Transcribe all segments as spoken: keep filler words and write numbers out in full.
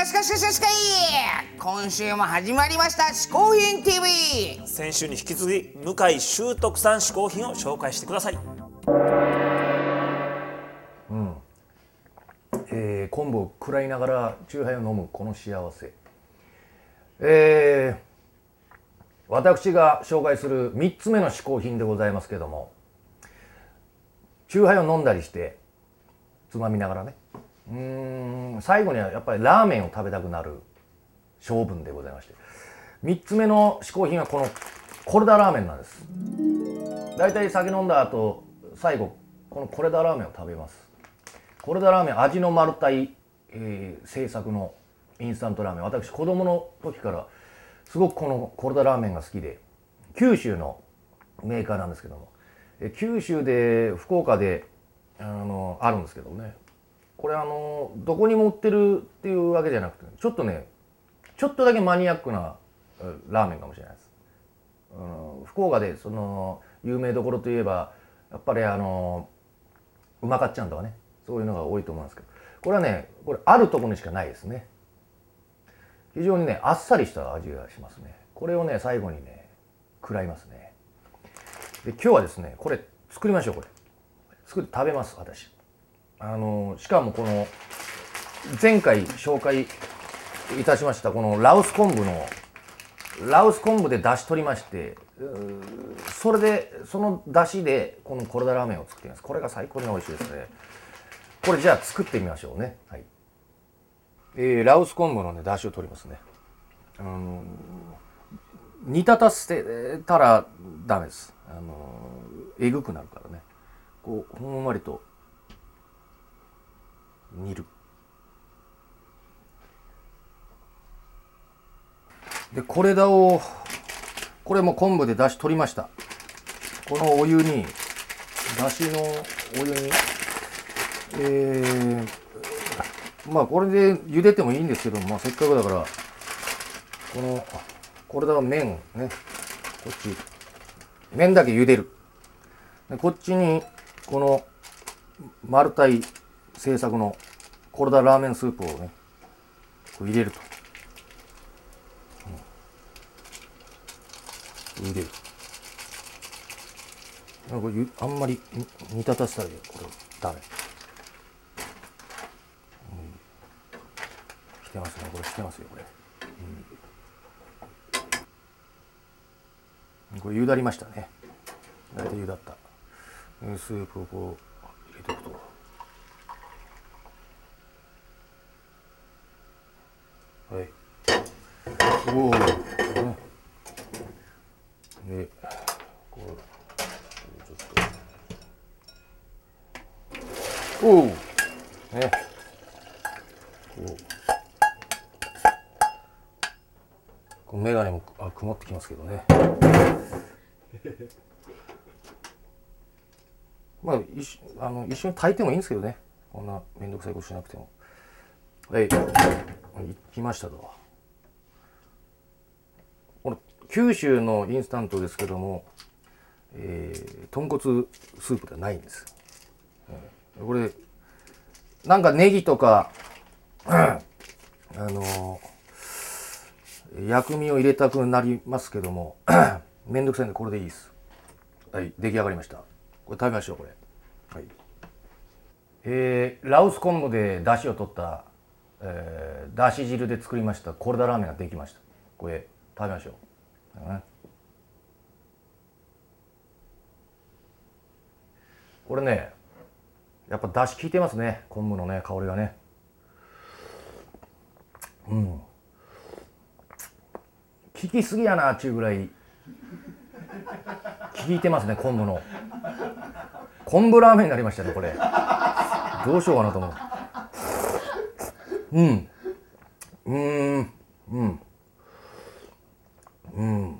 かしかしかしかしかい今週も始まりました嗜好品 ティーブイ。 先週に引き続き向井秀徳さん嗜好品を紹介してください。 うん、えー、昆布を食らいながらチューハイを飲むこの幸せ、えー、私が紹介するみっつめの嗜好品でございますけども、チューハイを飲んだりしてつまみながらね、うーん最後にはやっぱりラーメンを食べたくなる性分でございまして、みっつめの嗜好品はこのコルダラーメンなんです。だいたい酒飲んだ後最後このコルダラーメンを食べます。コルダラーメン、味のマルタイ、えー、製作のインスタントラーメン、私子供の時からすごくこのコルダラーメンが好きで、九州のメーカーなんですけども、え九州で福岡であのあるんですけどね、これあのどこにも売ってるっていうわけじゃなくて、ちょっとねちょっとだけマニアックなラーメンかもしれないです。うん、福岡でその有名どころといえばやっぱりあのうまかっちゃんとかね、そういうのが多いと思うんですけど、これはねこれあるところにしかないですね。非常にねあっさりした味がしますね。これをね最後にね食らいますね。で今日はですねこれ作りましょう。これ作って食べます私。あのしかもこの前回紹介いたしましたこの羅臼昆布の羅臼昆布で出汁取りまして、それでその出汁でこのコルダラーメンを作っています。これが最高に美味しいですね。これじゃあ作ってみましょうね。はい、えー、羅臼昆布のね出汁を取りますね。あのー、煮立たせたらダメです。あのー、えぐくなるからね。こうほんわりと煮る。でこれだをこれも昆布で出汁取りました。このお湯に出汁のお湯にえー、まあこれで茹でてもいいんですけども、まあ、せっかくだからこのこれだ麺ね、こっち麺だけ茹でる。でこっちにこのマルタイ製作のコルダラーメンスープをねこう入れると、うん、入れる。これあんまり煮立たせたらこれダメ。してますね、これしてますよこれ、うん、これ茹だりましたね。大体茹だったスープをこう入れておくと、はいおお、ね、でこうちょっとおおねこうメガネもあ曇ってきますけどねまあ一あの一緒に炊いてもいいんですけどね、こんなめんどくさいことしなくても。はい行きましたと。この九州のインスタントですけども、えー、豚骨スープではないんです。これなんかネギとかあの薬味を入れたくなりますけどもめんどくさいんでこれでいいです。はい、出来上がりました。これ食べましょうこれ。はい、えー、羅臼昆布で出汁を取った、えー、だし汁で作りましたコルダラーメンができました。これ食べましょう、ね、これねやっぱ出汁効いてますね、昆布のね香りがね。うん効きすぎやなっちゅうぐらい効いてますね、昆布の。昆布ラーメンになりましたねこれ。どうしようかなと思う。うんうんうんうん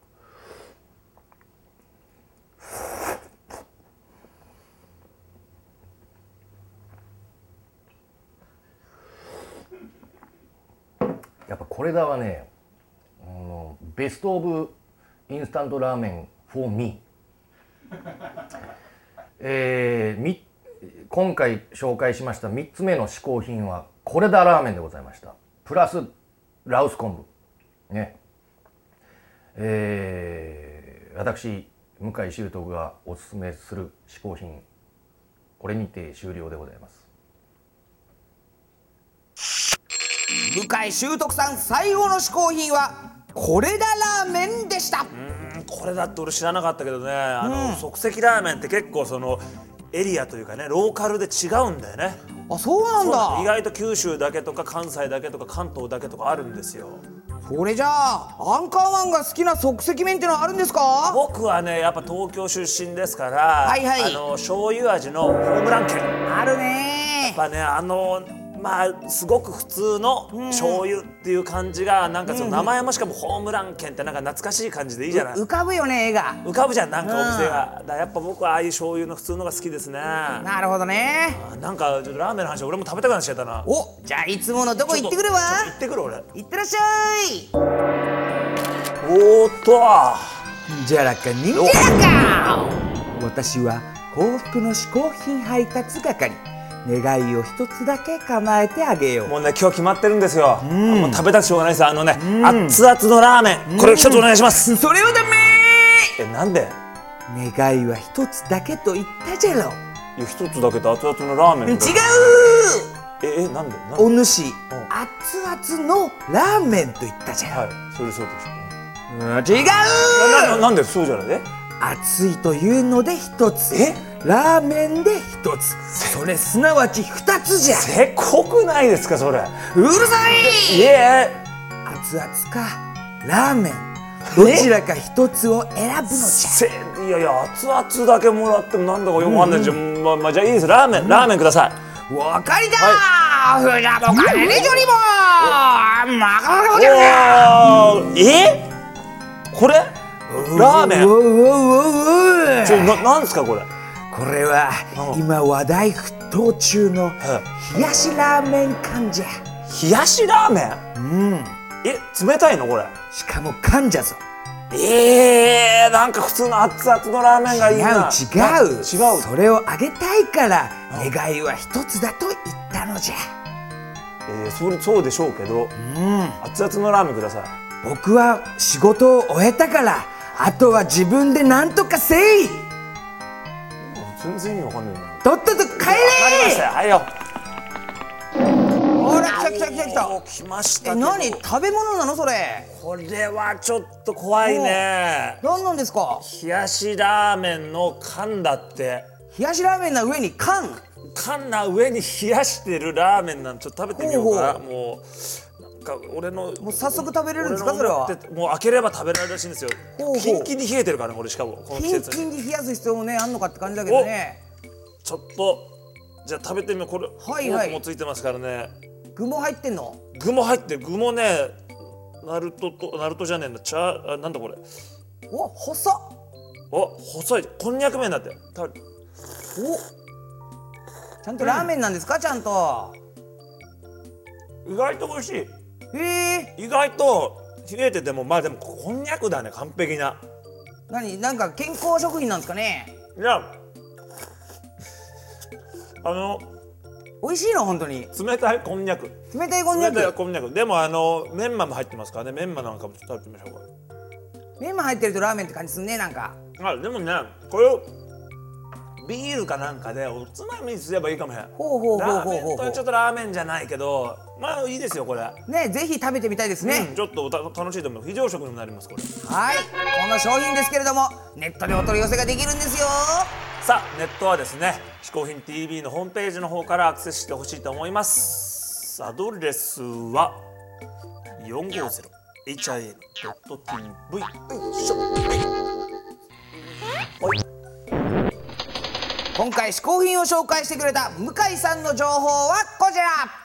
やっぱこれだはね、あのベストオブインスタントラーメン for me えー、み今回紹介しましたみっつめの嗜好品はこれだラーメンでございました。ププラス羅臼昆布ね。えー、私向井秀徳がおすすめする嗜好品、これにて終了でございます。 向井秀徳さん最後の嗜好品はこれだラーメンでした。 うん、これだって俺知らなかったけどね、あの、うん、即席ラーメンって結構そのエリアというかね、ローカルで違うんだよね。 あ、そうなんだ。 意外と九州だけとか関西だけとか関東だけとかあるんですよ。 それじゃあアンカーマンが好きな即席麺ってのはあるんですか？ 僕はね、やっぱ東京出身ですから、 はいはい、 あの醤油味のホームラン券あるね。 やっぱね、あのまあすごく普通の醤油っていう感じが、なんかその名前もしかもホームラン券ってなんか懐かしい感じでいいじゃない。 浮かぶよね、絵が浮かぶじゃん、なんかお店が。だからやっぱ僕はああいう醤油の普通のが好きですね。 なるほどね。 なんかちょっとラーメンの話俺も食べたくなっちゃったな。 お、じゃあいつものとこ行ってくるわ。 行ってくる俺。 行ってらっしゃい。 おーっとじゃらか忍者か。私は幸福の嗜好品配達係。願いを一つだけ叶えてあげよう。 もうね、今日決まってるんですよ。もう食べたくしょうがないです。あのね、熱々のラーメン、これ一つお願いします。 それはダメー。え、なんで？ 願いは一つだけと言ったじゃろ。いや、一つだけと熱々のラーメン。 違う。 え、え、なんで？ お主、熱々のラーメンと言ったじゃろ。 はい、それそうでしょ。違う。 な、なんでそうじゃない？え？ 熱いというので一つ。え？ラーメンで一つ。それすなわち二つじゃ。 せこくないですかそれ。 うるさい。 いえ。 熱々かラーメン、どちらか一つを選ぶのじゃ。 せいやいや、熱々だけもらってもなんだかよくわかんないじゃん。うん、まあ、まあ、じゃあいいです。ラーメン、ラーメンください。 わかりだー。ふじゃもかねねじょりもまかまかじゃー。え？これ？ラーメン？ちょ、な、なんですかこれ？ これは今話題沸騰中の冷やしラーメン缶じゃ。 冷やしラーメン？ うん。 え、冷たいのこれ？ しかも缶じゃぞ。 えー、なんか普通の熱々のラーメンがいいな。 違う違う。 違う。 それをあげたいから願いは一つだと言ったのじゃ。 えー、それそうでしょうけど、うん、熱々のラーメンください。 僕は仕事を終えたからあとは自分で何とかせい。 全然意味わかんないな。 とっとと帰れー。わかりましたよ。はいよ。 ほら、来た来た来た来た。 来ました。 え、何？食べ物なのそれ？ これはちょっと怖いね。 何なんですか？ 冷やしラーメンの缶だって。 冷やしラーメンな上に缶？ 缶な上に冷やしてるラーメンなんてちょっと食べてみようかな。もう。か俺のもう早速食べれるんですかそれは？ もう開ければ食べられるらしいんですよ。キンキンに冷えてるからね、俺しかもこの季節に。 キンキンに冷やす必要もねあんのかって感じだけどね。 ちょっとじゃあ食べてみよう。これはいはい。 もついてますからね。 具も入ってんの？ 具も入ってる。具もね、ナルトとナルトじゃねえんだ。チャあなんだこれ。 お、細っ。 お、細い。こんにゃく麺だって。食べる。 お、ちゃんとラーメンなんですか、うん、ちゃんと。 意外と美味しい。 へえ。 意外と冷えててもまあでもこんにゃくだね、完璧な。 何、なんか健康食品なんですかね。 いや、あの美味しいの本当に。 冷たいこんにゃく。 冷たいこんにゃく。 冷たいこんにゃく。でもあのメンマも入ってますからね。メンマなんかも食べてみましょうか。 メンマ入ってるとラーメンって感じすんね、なんか。 あ、でもね、これをビールかなんかでおつまみにすればいいかもしれない。 ほうほうほうほうほう。 ラーメンとちょっとラーメンじゃないけど、まあいいですよこれ。 ね、ぜひ食べてみたいですね。 うん、ちょっと楽しいと思う。非常食にもなりますこれ。 はい、この商品ですけれども、ネットでお取り寄せができるんですよ。 さあ、ネットはですね、嗜好品 ティービー のホームページの方からアクセスしてほしいと思います。アドレスは よんごゼロエイチアイエヌドットティーブイ。 今回嗜好品を紹介してくれた向井さんの情報はこちら。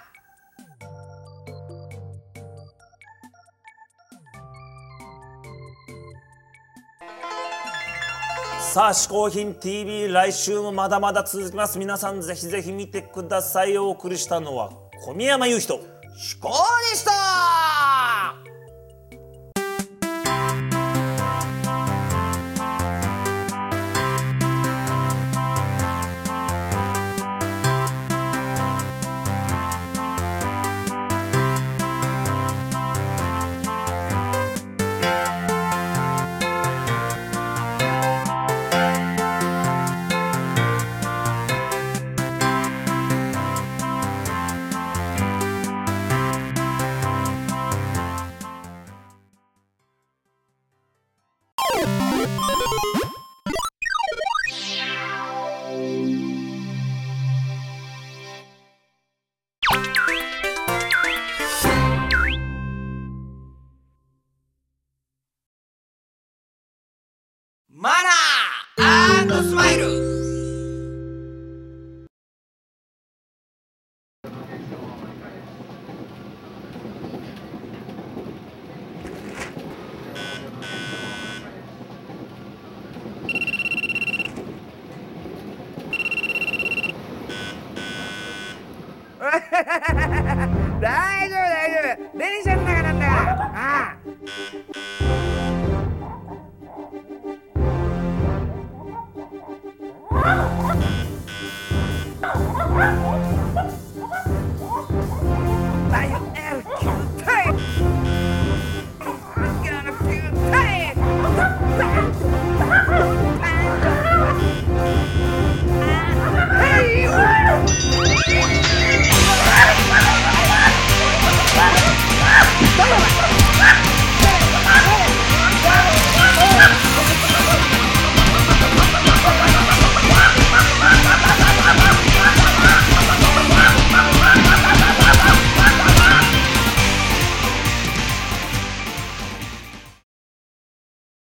さあ、嗜好品 ティービー 来週もまだまだ続きます。皆さんぜひぜひ見てください。お送りしたのは小宮山雄人、 嗜好でした。 マナースマイル。大丈夫大丈夫、電車の中なんだから。ああ。あ